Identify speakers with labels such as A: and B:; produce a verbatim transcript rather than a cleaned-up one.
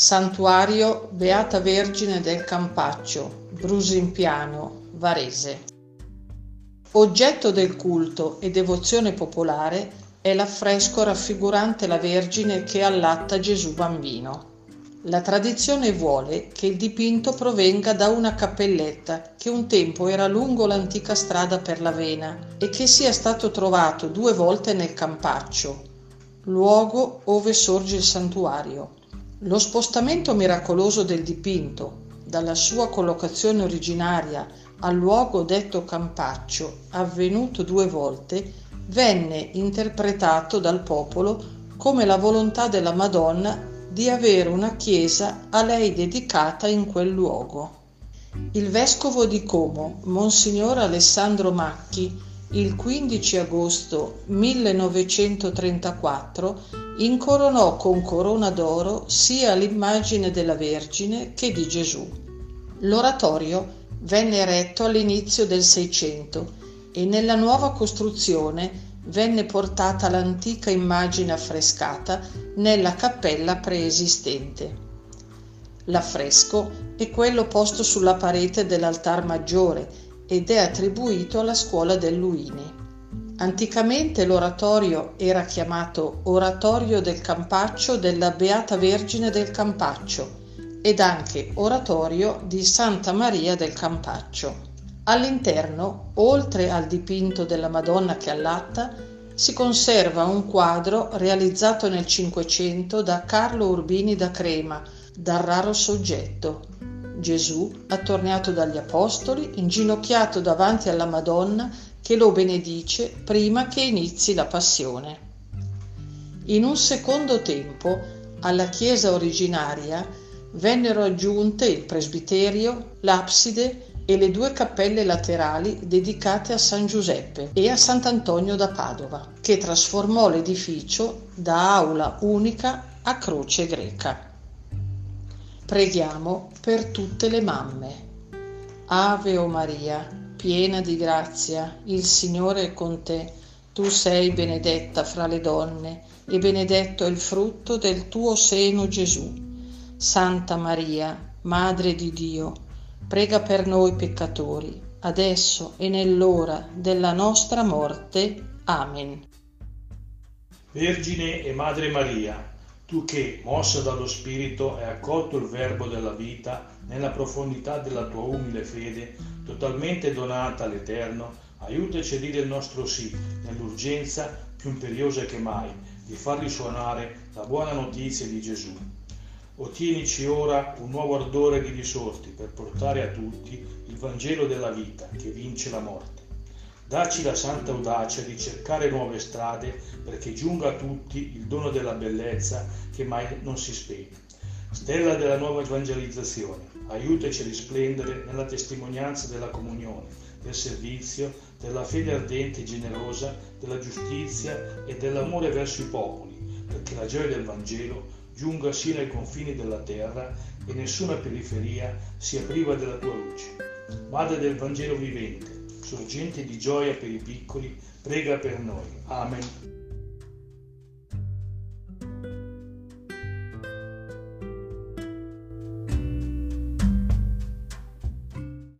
A: Santuario Beata Vergine del Campaccio, Brusimpiano, Varese. Oggetto del culto e devozione popolare è l'affresco raffigurante la Vergine che allatta Gesù bambino. La tradizione vuole che il dipinto provenga da una cappelletta che un tempo era lungo l'antica strada per l'Avena e che sia stato trovato due volte nel Campaccio, luogo ove sorge il santuario. Lo spostamento miracoloso del dipinto dalla sua collocazione originaria al luogo detto Campaccio, avvenuto due volte, venne interpretato dal popolo come la volontà della Madonna di avere una chiesa a lei dedicata in quel luogo. Il vescovo di Como, Monsignor Alessandro Macchi, il quindici agosto millenovecentotrentaquattro incoronò con corona d'oro sia l'immagine della Vergine che di Gesù. L'oratorio venne eretto all'inizio del Seicento e nella nuova costruzione venne portata l'antica immagine affrescata nella cappella preesistente. L'affresco è quello posto sulla parete dell'altar maggiore ed è attribuito alla scuola del Luini. Anticamente l'oratorio era chiamato Oratorio del Campaccio della Beata Vergine del Campaccio ed anche Oratorio di Santa Maria del Campaccio. All'interno, oltre al dipinto della Madonna che allatta, si conserva un quadro realizzato nel Cinquecento da Carlo Urbini da Crema, dal raro soggetto. Gesù, attorniato dagli apostoli, inginocchiato davanti alla Madonna che lo benedice prima che inizi la passione. In un secondo tempo, alla chiesa originaria vennero aggiunte il presbiterio, l'abside e le due cappelle laterali dedicate a San Giuseppe e a Sant'Antonio da Padova, che trasformò l'edificio da aula unica a croce greca. Preghiamo per tutte le mamme. Ave o Maria, piena di grazia, il Signore è con te. Tu sei benedetta fra le donne e benedetto è il frutto del tuo seno, Gesù. Santa Maria, Madre di Dio, prega per noi peccatori, adesso e nell'ora della nostra morte. Amen.
B: Vergine e Madre Maria, tu che, mossa dallo Spirito, hai accolto il Verbo della vita nella profondità della tua umile fede, totalmente donata all'Eterno, aiutaci a dire il nostro sì nell'urgenza più imperiosa che mai di far risuonare la buona notizia di Gesù. Ottienici ora un nuovo ardore di risorti per portare a tutti il Vangelo della vita che vince la morte. Dacci la santa audacia di cercare nuove strade perché giunga a tutti il dono della bellezza che mai non si spegne. Stella della nuova evangelizzazione, aiutaci a risplendere nella testimonianza della comunione, del servizio, della fede ardente e generosa, della giustizia e dell'amore verso i popoli, perché la gioia del Vangelo giunga sino ai confini della terra e nessuna periferia sia priva della tua luce. Madre del Vangelo vivente, sorgente di gioia per i piccoli, prega per noi. Amen.